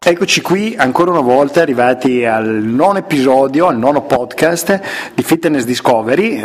Eccoci qui ancora una volta arrivati al nono episodio, al nono podcast di Fitness Discovery,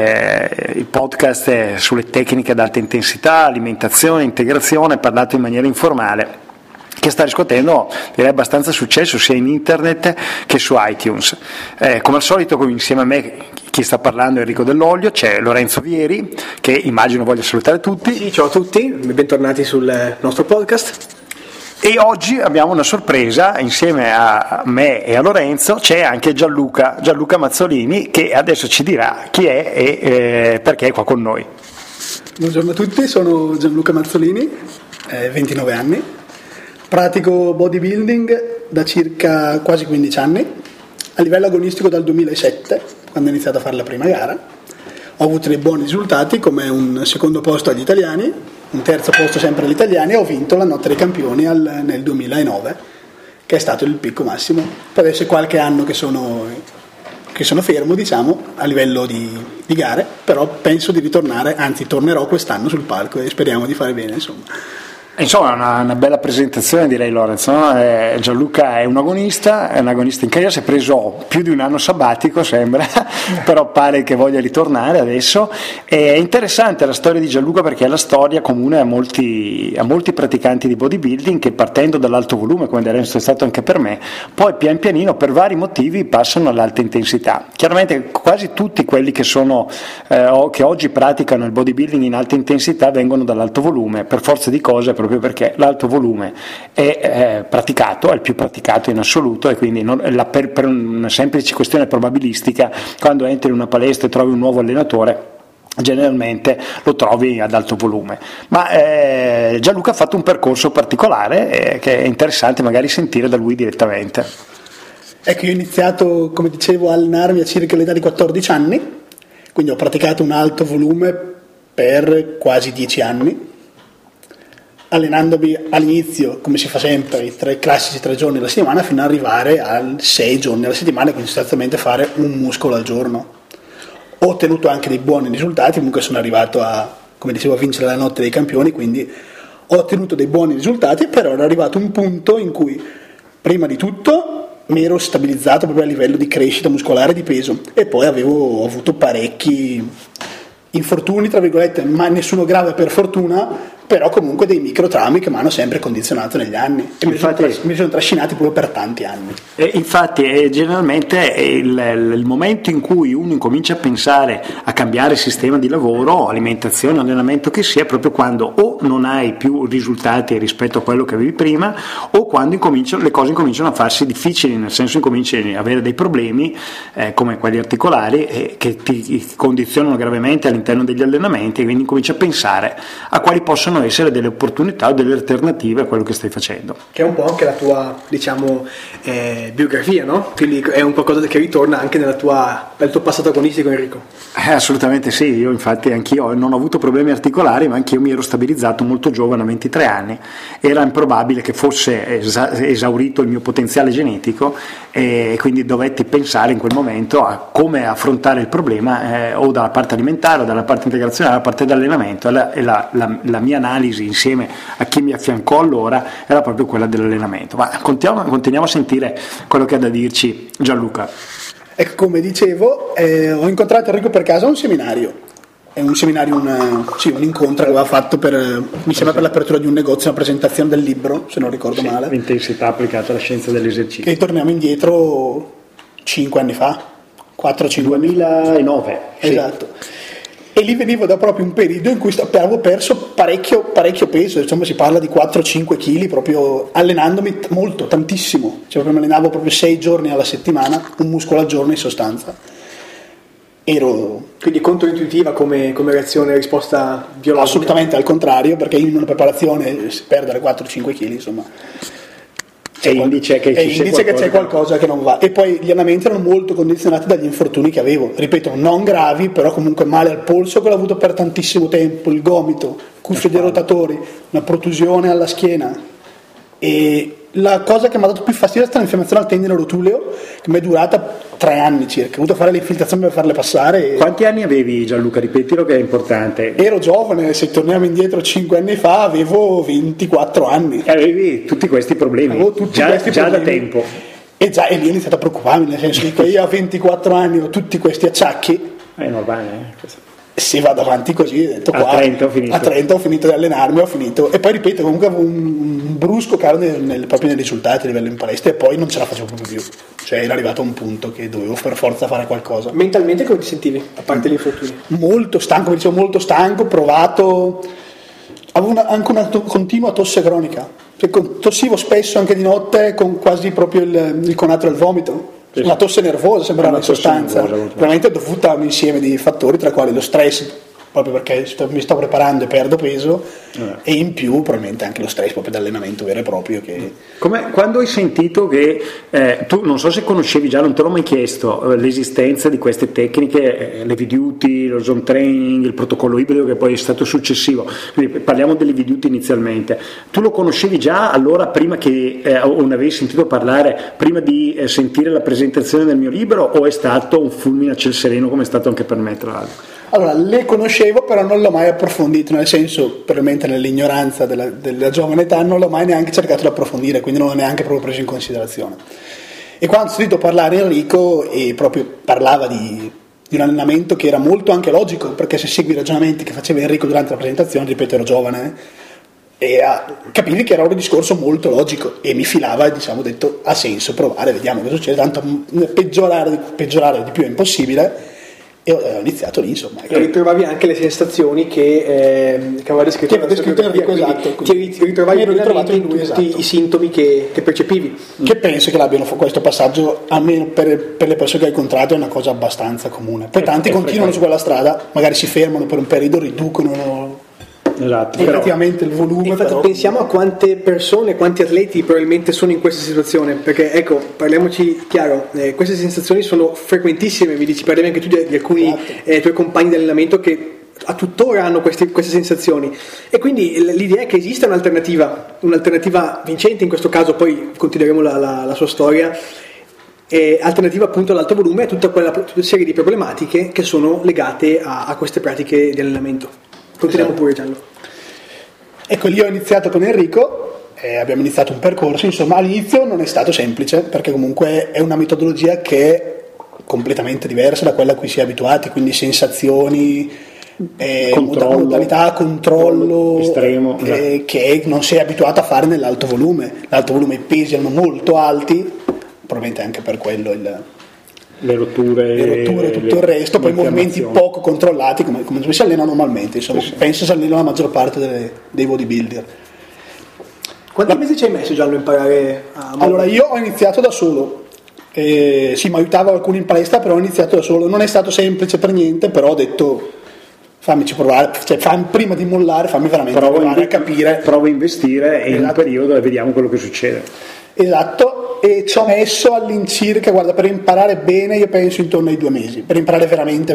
il podcast sulle tecniche ad alta intensità, alimentazione, integrazione, parlato in maniera informale, che sta riscuotendo direi abbastanza successo sia in internet che su iTunes. Come al solito insieme a me chi sta parlando è Enrico Dell'Olio, c'è Lorenzo Vieri che immagino voglia salutare tutti. Sì, ciao a tutti, bentornati sul nostro podcast. E oggi abbiamo una sorpresa, insieme a me e a Lorenzo c'è anche Gianluca Mazzolini, che adesso ci dirà chi è e perché è qua con noi. Buongiorno a tutti, sono Gianluca Mazzolini, 29 anni, pratico bodybuilding da circa quasi 15 anni, a livello agonistico dal 2007, quando ho iniziato a fare la prima gara. Ho avuto dei buoni risultati come un secondo posto agli italiani, un terzo posto sempre agli italiani, e ho vinto la Notte dei Campioni nel 2009, che è stato il picco massimo. Per adesso è qualche anno che sono fermo, diciamo, a livello di gare, però penso di ritornare, anzi tornerò quest'anno sul palco e speriamo di fare bene, insomma. Insomma, una bella presentazione, direi, Lorenzo, no? Gianluca è un agonista in carriera, si è preso più di un anno sabbatico, sembra, però pare che voglia ritornare adesso. È interessante la storia di Gianluca perché è la storia comune a molti praticanti di bodybuilding che, partendo dall'alto volume, come del resto è stato anche per me, poi pian pianino per vari motivi passano all'alta intensità. Chiaramente quasi tutti quelli che oggi praticano il bodybuilding in alta intensità vengono dall'alto volume, per forza di cose, proprio perché l'alto volume è praticato, è il più praticato in assoluto, e quindi per una semplice questione probabilistica, quando entri in una palestra e trovi un nuovo allenatore, generalmente lo trovi ad alto volume. Ma Gianluca ha fatto un percorso particolare che è interessante magari sentire da lui direttamente. Ecco, io ho iniziato, come dicevo, a allenarmi a circa l'età di 14 anni, quindi ho praticato un alto volume per quasi 10 anni, allenandomi all'inizio, come si fa sempre, i classici 3 giorni alla settimana, fino ad arrivare a 6 giorni alla settimana, quindi sostanzialmente fare un muscolo al giorno. Ho ottenuto anche dei buoni risultati, comunque sono arrivato a vincere la Notte dei Campioni, quindi ho ottenuto dei buoni risultati, però ero arrivato a un punto in cui, prima di tutto, mi ero stabilizzato proprio a livello di crescita muscolare e di peso, e poi ho avuto parecchi infortuni, tra virgolette, ma nessuno grave per fortuna, però comunque dei microtraumi che mi hanno sempre condizionato negli anni e mi sono trascinati proprio per tanti anni. Infatti generalmente è il momento in cui uno incomincia a pensare a cambiare sistema di lavoro, alimentazione, allenamento che sia, proprio quando o non hai più risultati rispetto a quello che avevi prima, o quando le cose incominciano a farsi difficili, nel senso incominci ad avere dei problemi come quelli articolari che ti condizionano gravemente all'interno degli allenamenti, e quindi incominci a pensare a quali possono essere delle opportunità o delle alternative a quello che stai facendo. Che è un po' anche la tua, diciamo, biografia, no? Quindi è un qualcosa che ritorna anche nel tuo passato agonistico, Enrico. Assolutamente sì, io infatti anch'io non ho avuto problemi articolari, ma anch'io mi ero stabilizzato molto giovane, a 23 anni. Era improbabile che fosse esaurito il mio potenziale genetico, e quindi dovetti pensare in quel momento a come affrontare il problema, o dalla parte alimentare o dalla parte integrazionale, dalla parte dell'allenamento, e la mia analisi insieme a chi mi affiancò allora era proprio quella dell'allenamento. Ma continuiamo a sentire quello che ha da dirci Gianluca. Ecco, come dicevo, ho incontrato Enrico per caso a un seminario. È un seminario, un incontro che aveva fatto mi sembra per l'apertura di un negozio, una presentazione del libro, se non ricordo male. L'intensità applicata alla scienza dell'esercizio. E torniamo indietro 5 anni fa, 4-5 anni. 2009. Esatto. Sì. E lì venivo da proprio un periodo in cui avevo perso parecchio peso, insomma si parla di 4-5 kg, proprio allenandomi molto, tantissimo, cioè mi allenavo proprio 6 giorni alla settimana, un muscolo al giorno in sostanza. Quindi controintuitiva come reazione e risposta biologica? Assolutamente al contrario, perché in una preparazione perdere 4-5 kg, insomma, è indice che c'è qualcosa che non va. E poi gli allenamenti erano molto condizionati dagli infortuni che avevo, ripeto, non gravi, però comunque male al polso che l'ho avuto per tantissimo tempo, il gomito, cuffie dei rotatori, una protusione alla schiena, e La cosa che mi ha dato più fastidio è stata l'infiammazione al tendine rotuleo, che mi è durata 3 anni circa. Ho dovuto fare le infiltrazioni per farle passare. Quanti anni avevi, Gianluca? Ripetilo che è importante. Ero giovane, se torniamo indietro 5 anni fa avevo 24 anni. Avevi tutti questi problemi, Avevo tutti già questi da problemi. tempo. E lì ho iniziato a preoccuparmi, nel senso che io a 24 anni ho tutti questi acciacchi. È normale, questo. Se vado avanti così, ho detto A 30 ho finito. A 30 ho finito di allenarmi, ho finito. E poi ripeto, comunque avevo un brusco calo proprio nei risultati a livello in palestra e poi non ce la facevo proprio più. Cioè era arrivato a un punto che dovevo per forza fare qualcosa. Mentalmente come ti sentivi, a parte gli infortuni? Molto stanco, mi dicevo molto stanco, provato. Avevo anche una continua tosse cronica. Cioè, tossivo spesso anche di notte con quasi proprio il conato del vomito. Una tosse nervosa, sembrava in sostanza, veramente dovuta a un insieme di fattori, tra i quali lo stress, proprio perché mi sto preparando e perdo peso, e in più probabilmente anche lo stress proprio d'allenamento vero e proprio. Quando hai sentito che tu, non so se conoscevi già, non te l'ho mai chiesto, l'esistenza di queste tecniche, l'heavy duty, lo zone training, il protocollo ibrido che poi è stato successivo, quindi parliamo dell'heavy duty inizialmente, tu lo conoscevi già allora prima che o ne avevi sentito parlare prima di sentire la presentazione del mio libro, o è stato un fulmine a ciel sereno come è stato anche per me tra l'altro? Allora, le conoscevo, però non l'ho mai approfondito, nel senso, probabilmente nell'ignoranza della giovane età, non l'ho mai neanche cercato di approfondire, quindi non l'ho neanche proprio preso in considerazione. E quando ho sentito parlare Enrico, e proprio parlava di un allenamento che era molto anche logico, perché se segui i ragionamenti che faceva Enrico durante la presentazione, ripeto, ero giovane, e capivi che era un discorso molto logico, e mi filava, diciamo, ho detto, ha senso provare, vediamo cosa succede, tanto peggiorare di più è impossibile. E ho iniziato lì, insomma. E ritrovavi anche le sensazioni che aveva descritto Enrico, esatto. Ti ritrovavi in tutti esatto. I sintomi che percepivi. Che penso che l'abbiano questo passaggio, almeno per le persone che hai incontrato, è una cosa abbastanza comune. Poi tanti continuano su quella strada, magari si fermano per un periodo, riducono effettivamente il volume. Infatti però pensiamo a quante persone, quanti atleti probabilmente sono in questa situazione, perché ecco, parliamoci chiaro, queste sensazioni sono frequentissime, mi dici, parliamo anche tu di alcuni tuoi compagni di allenamento che a tuttora hanno queste sensazioni, e quindi l'idea è che esista un'alternativa vincente in questo caso, poi continueremo la sua storia, alternativa appunto all'alto volume e a tutta una serie di problematiche che sono legate a queste pratiche di allenamento. Continuiamo pure, Gianlo. Ecco, lì ho iniziato con Enrico, abbiamo iniziato un percorso, insomma all'inizio non è stato semplice, perché comunque è una metodologia che è completamente diversa da quella a cui si è abituati, quindi sensazioni, modalità, controllo estremo, che non si è abituato a fare nell'alto volume. L'alto volume, i pesi erano molto alti, probabilmente anche per quello le rotture, tutto il resto, poi movimenti poco controllati come si allena normalmente, insomma, penso si allena la maggior parte dei bodybuilder. Quanti mesi ci hai messo, Gianlo, a imparare a Allora, io ho iniziato da solo, sì, mi aiutavo alcuni in palestra, però ho iniziato da solo, non è stato semplice per niente, però ho detto fammici provare, cioè prima di mollare fammi veramente provare a capire, provo a investire in un periodo e vediamo quello che succede. Esatto, e ci ho messo all'incirca, guarda, per imparare bene io penso intorno ai 2 mesi, per imparare veramente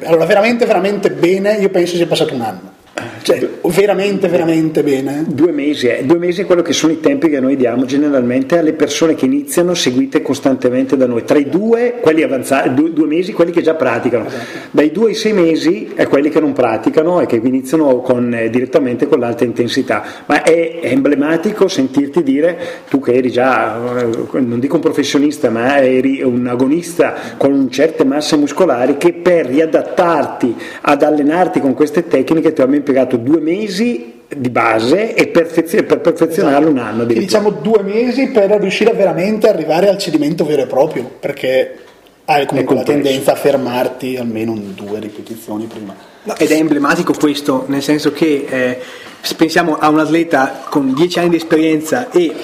bene io penso sia passato un anno. Cioè, veramente bene. 2 mesi è quello che sono i tempi che noi diamo generalmente alle persone che iniziano, seguite costantemente da noi. Tra i 2, quelli avanzati, 2 mesi, quelli che già praticano. Esatto. Dai 2 ai 6 mesi è quelli che non praticano e che iniziano direttamente con l'alta intensità. Ma è emblematico sentirti dire, tu che eri già, non dico un professionista, ma eri un agonista con certe masse muscolari, che per riadattarti ad allenarti con queste tecniche ti abbiamo impiegato 2 mesi di base e per perfezionarlo un anno. Diciamo 2 mesi per riuscire a veramente arrivare al cedimento vero e proprio, perché hai comunque la tendenza a fermarti almeno 2 ripetizioni prima. No, ed è emblematico questo, nel senso che se pensiamo a un atleta con 10 anni di esperienza e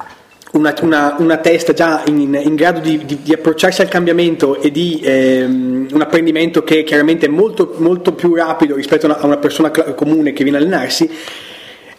una testa già in grado di approcciarsi al cambiamento e di un apprendimento che chiaramente è molto, molto più rapido rispetto a una persona comune che viene a allenarsi,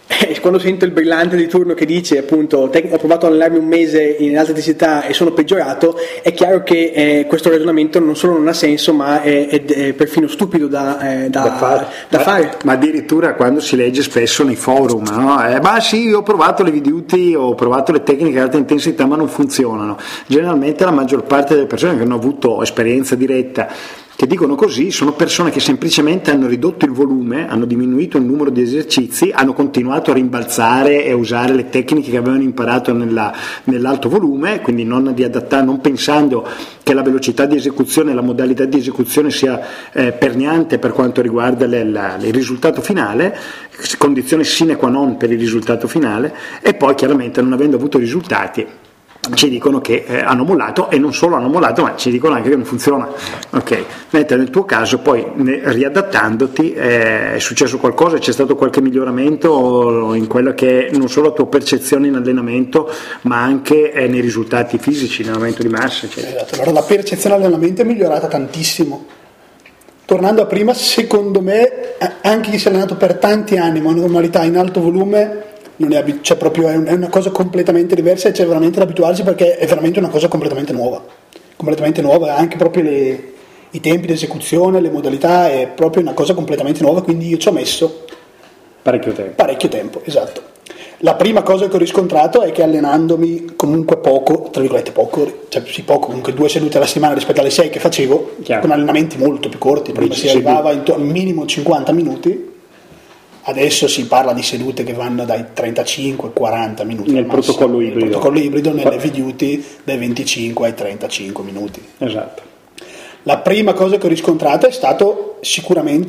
quando sento il brillante di turno che dice appunto ho provato a allenarmi un mese in alta intensità e sono peggiorato, è chiaro che questo ragionamento non solo non ha senso, ma è perfino stupido da fare. Ma addirittura quando si legge spesso nei forum, no? Ma sì, io ho provato le V-Duty, ho provato le tecniche ad alta intensità ma non funzionano. Generalmente la maggior parte delle persone che hanno avuto esperienza diretta che dicono così sono persone che semplicemente hanno ridotto il volume, hanno diminuito il numero di esercizi, hanno continuato a rimbalzare e a usare le tecniche che avevano imparato nell'alto volume, quindi non pensando che la velocità di esecuzione, la modalità di esecuzione sia perniante per quanto riguarda il risultato finale, condizione sine qua non per il risultato finale, e poi chiaramente non avendo avuto risultati ci dicono che hanno mollato, e non solo hanno mollato ma ci dicono anche che non funziona. Ok, mentre nel tuo caso poi riadattandoti è successo qualcosa, c'è stato qualche miglioramento in quella che è non solo la tua percezione in allenamento ma anche nei risultati fisici, nell'aumento di massa, eccetera. Esatto. Allora la percezione all'allenamento è migliorata tantissimo. Tornando a prima, secondo me anche chi si è allenato per tanti anni ma una normalità in alto volume non è una cosa completamente diversa, e c'è veramente da abituarsi, perché è veramente una cosa completamente nuova, anche proprio i tempi di esecuzione, le modalità, è proprio una cosa completamente nuova, quindi io ci ho messo parecchio tempo, esatto. La prima cosa che ho riscontrato è che allenandomi comunque poco, tra virgolette poco, comunque 2 sedute alla settimana rispetto alle 6 che facevo, con allenamenti molto più corti, prima si arrivava al minimo 50 minuti, adesso si parla di sedute che vanno dai 35 ai 40 minuti nel protocollo ibrido, nelle V-Duty dai 25 ai 35 minuti. Esatto. La prima cosa che ho riscontrato è stato sicuramente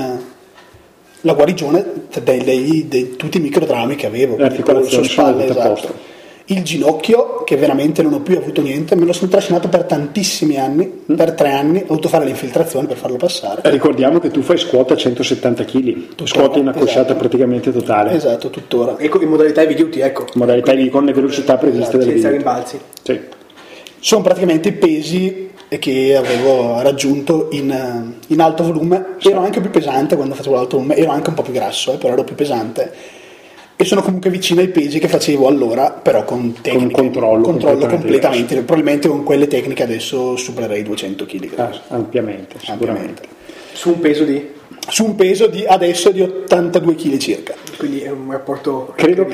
la guarigione di tutti i microdrammi che avevo, l'articolazione spalle, esatto. Il ginocchio, che veramente non ho più avuto niente, me lo sono trascinato per tantissimi anni, per 3 anni, ho dovuto fare l'infiltrazione per farlo passare. Ricordiamo che tu fai squat a 170 kg, tu squat in una cosciata praticamente totale. Esatto, tuttora. Ecco, in modalità V-Duty, ecco. Modalità con le velocità previste dalle senza rimbalzi. Sì. Sono praticamente i pesi che avevo raggiunto in alto volume. Ero anche più pesante quando facevo l'alto volume, ero anche un po' più grasso, però ero più pesante. E sono comunque vicino ai pesi che facevo allora, però con tecniche, con controllo completamente, probabilmente con quelle tecniche adesso supererei i 200 kg. Ampiamente, sicuramente. Su un peso di adesso di 82 kg circa. Quindi è un rapporto. Credo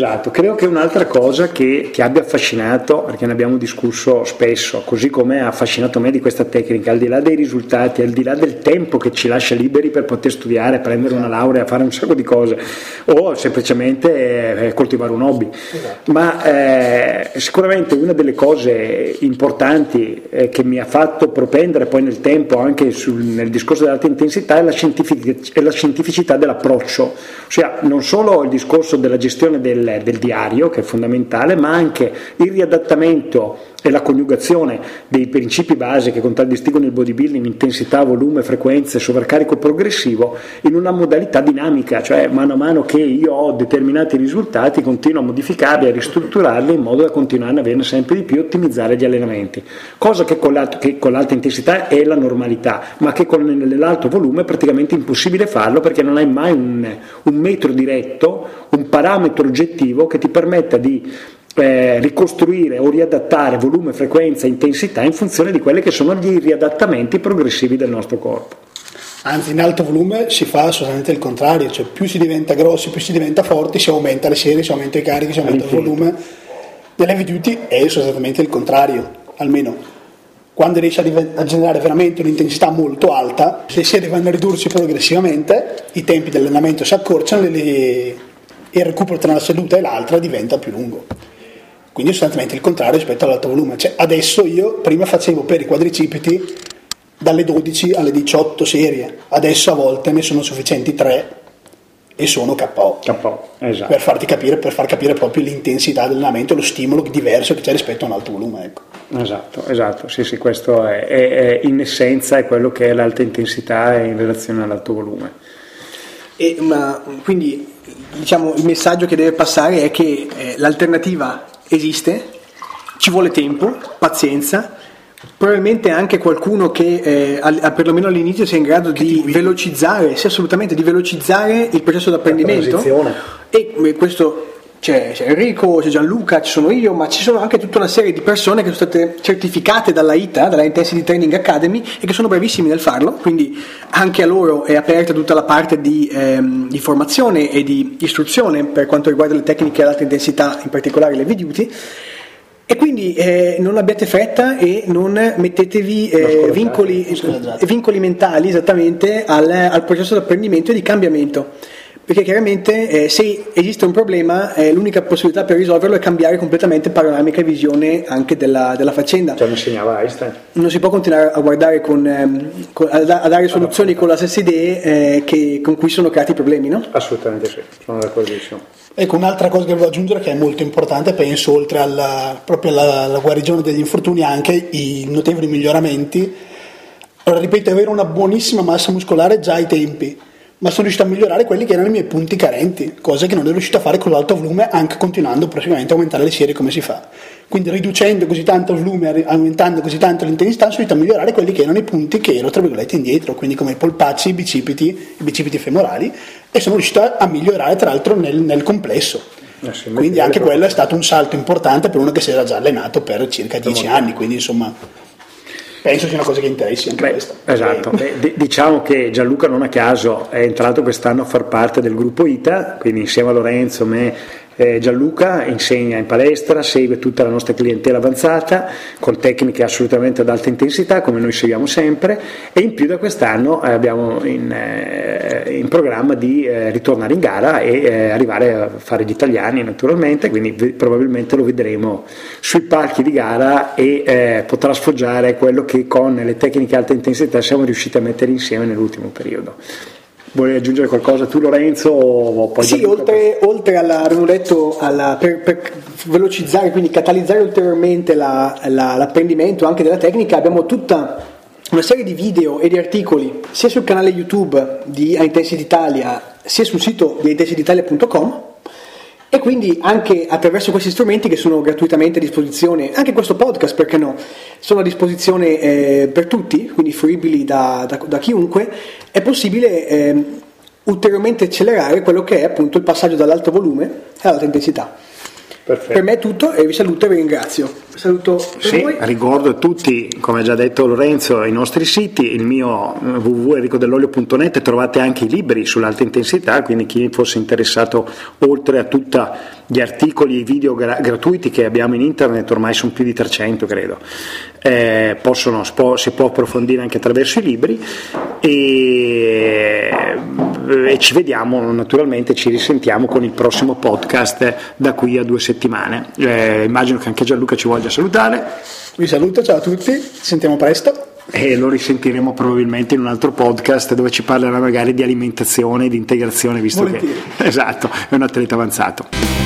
che un'altra cosa che ti abbia affascinato, perché ne abbiamo discusso spesso, così come ha affascinato me di questa tecnica, al di là dei risultati, al di là del tempo che ci lascia liberi per poter studiare, prendere una laurea, fare un sacco di cose, o semplicemente coltivare un hobby. Esatto. Ma sicuramente una delle cose importanti che mi ha fatto propendere poi nel tempo anche nel discorso dell'alta intensità è la scientificità dell'approccio, ossia non solo il discorso della gestione del diario, che è fondamentale, ma anche il riadattamento e la coniugazione dei principi base che contraddistinguono il bodybuilding: intensità, volume, frequenze, sovraccarico progressivo, in una modalità dinamica, cioè mano a mano che io ho determinati risultati continuo a modificarli, a ristrutturarli in modo da continuare ad averne sempre di più e ottimizzare gli allenamenti, cosa che con l'alta intensità è la normalità, ma che con l'alto volume è praticamente impossibile farlo, perché non hai mai un metro diretto, un parametro oggettivo che ti permetta di ricostruire o riadattare volume, frequenza, intensità in funzione di quelli che sono gli riadattamenti progressivi del nostro corpo. Anzi, in alto volume si fa assolutamente il contrario, cioè più si diventa grossi, più si diventa forti, si aumenta le serie, si aumenta i carichi, si aumenta il volume. Nelle V-Duty è esattamente il contrario, almeno quando riesci a generare veramente un'intensità molto alta, le serie vanno a ridursi progressivamente, i tempi di allenamento si accorciano e il recupero tra una seduta e l'altra diventa più lungo. Quindi sostanzialmente il contrario rispetto all'alto volume. Cioè, adesso io prima facevo per i quadricipiti dalle 12 alle 18 serie, adesso a volte ne sono sufficienti 3 e sono KO. Esatto. Per far capire proprio l'intensità dell'allenamento, lo stimolo diverso che c'è rispetto a un alto volume, ecco. Esatto, sì, questo è in essenza è quello che è l'alta intensità in relazione all'alto volume. Quindi diciamo il messaggio che deve passare è che l'alternativa esiste, ci vuole tempo, pazienza, probabilmente anche qualcuno che perlomeno all'inizio sia in grado di velocizzare, sì, assolutamente, di velocizzare il processo d'apprendimento. E questo c'è Enrico, c'è Gianluca, ci sono io, ma ci sono anche tutta una serie di persone che sono state certificate dalla ITA, dalla Intensity Training Academy, e che sono bravissimi nel farlo, quindi anche a loro è aperta tutta la parte di formazione e di istruzione per quanto riguarda le tecniche ad alta intensità, in particolare le V-Duty. E quindi non abbiate fretta e non mettetevi vincoli mentali esattamente al processo di apprendimento e di cambiamento, perché chiaramente se esiste un problema l'unica possibilità per risolverlo è cambiare completamente panoramica e visione anche della faccenda. Cioè, mi insegnava Einstein. Non si può continuare a guardare a dare soluzioni con le stesse idee con cui sono creati i problemi, no? Assolutamente sì, sono d'accordissimo. Ecco, un'altra cosa che volevo aggiungere, che è molto importante, penso, oltre proprio alla guarigione degli infortuni, anche i notevoli miglioramenti. Allora, ripeto, avere una buonissima massa muscolare già ai tempi, ma sono riuscito a migliorare quelli che erano i miei punti carenti, cose che non ero riuscito a fare con l'alto volume, anche continuando prossimamente a aumentare le serie come si fa. Quindi riducendo così tanto il volume, aumentando così tanto l'intensità, sono riuscito a migliorare quelli che erano i punti che ero, tra virgolette, indietro, quindi come i polpacci, i bicipiti femorali, e sono riuscito a migliorare tra l'altro nel complesso. Quindi anche quello è stato un salto importante per uno che si era già allenato per circa 10 anni, quindi insomma penso sia una cosa che interessi anche questa. Esatto. Diciamo che Gianluca non a caso è entrato quest'anno a far parte del gruppo ITA, quindi insieme a Lorenzo, me, Gianluca insegna in palestra, segue tutta la nostra clientela avanzata con tecniche assolutamente ad alta intensità, come noi seguiamo sempre, e in più da quest'anno abbiamo in programma di ritornare in gara e arrivare a fare gli italiani naturalmente, quindi probabilmente lo vedremo sui palchi di gara e potrà sfoggiare quello che con le tecniche ad alta intensità siamo riusciti a mettere insieme nell'ultimo periodo. Vuoi aggiungere qualcosa tu, Lorenzo? O poi sì, oltre abbiamo detto per velocizzare, quindi catalizzare ulteriormente l'apprendimento anche della tecnica, abbiamo tutta una serie di video e di articoli sia sul canale YouTube di High Intensity Italia sia sul sito di highintensityitalia.com, e quindi anche attraverso questi strumenti che sono gratuitamente a disposizione, anche questo podcast, perché no, sono a disposizione per tutti, quindi fruibili da chiunque, è possibile ulteriormente accelerare quello che è appunto il passaggio dall'alto volume all'alta intensità. Perfetto. Per me è tutto e vi saluto e vi ringrazio. Saluto per voi. Ricordo a tutti, come ha già detto Lorenzo, i nostri siti, il mio www.enricodellolio.net, trovate anche i libri sull'alta intensità, quindi chi fosse interessato, oltre a tutti gli articoli e i video gratuiti che abbiamo in internet, ormai sono più di 300 credo, si può approfondire anche attraverso i libri e ci vediamo naturalmente, ci risentiamo con il prossimo podcast da qui a 2 settimane. Immagino che anche Gianluca ci voglia salutare. Vi saluto, ciao a tutti, ci sentiamo presto. E lo risentiremo probabilmente in un altro podcast dove ci parlerà magari di alimentazione e di integrazione, visto che esatto, è un atleta avanzato.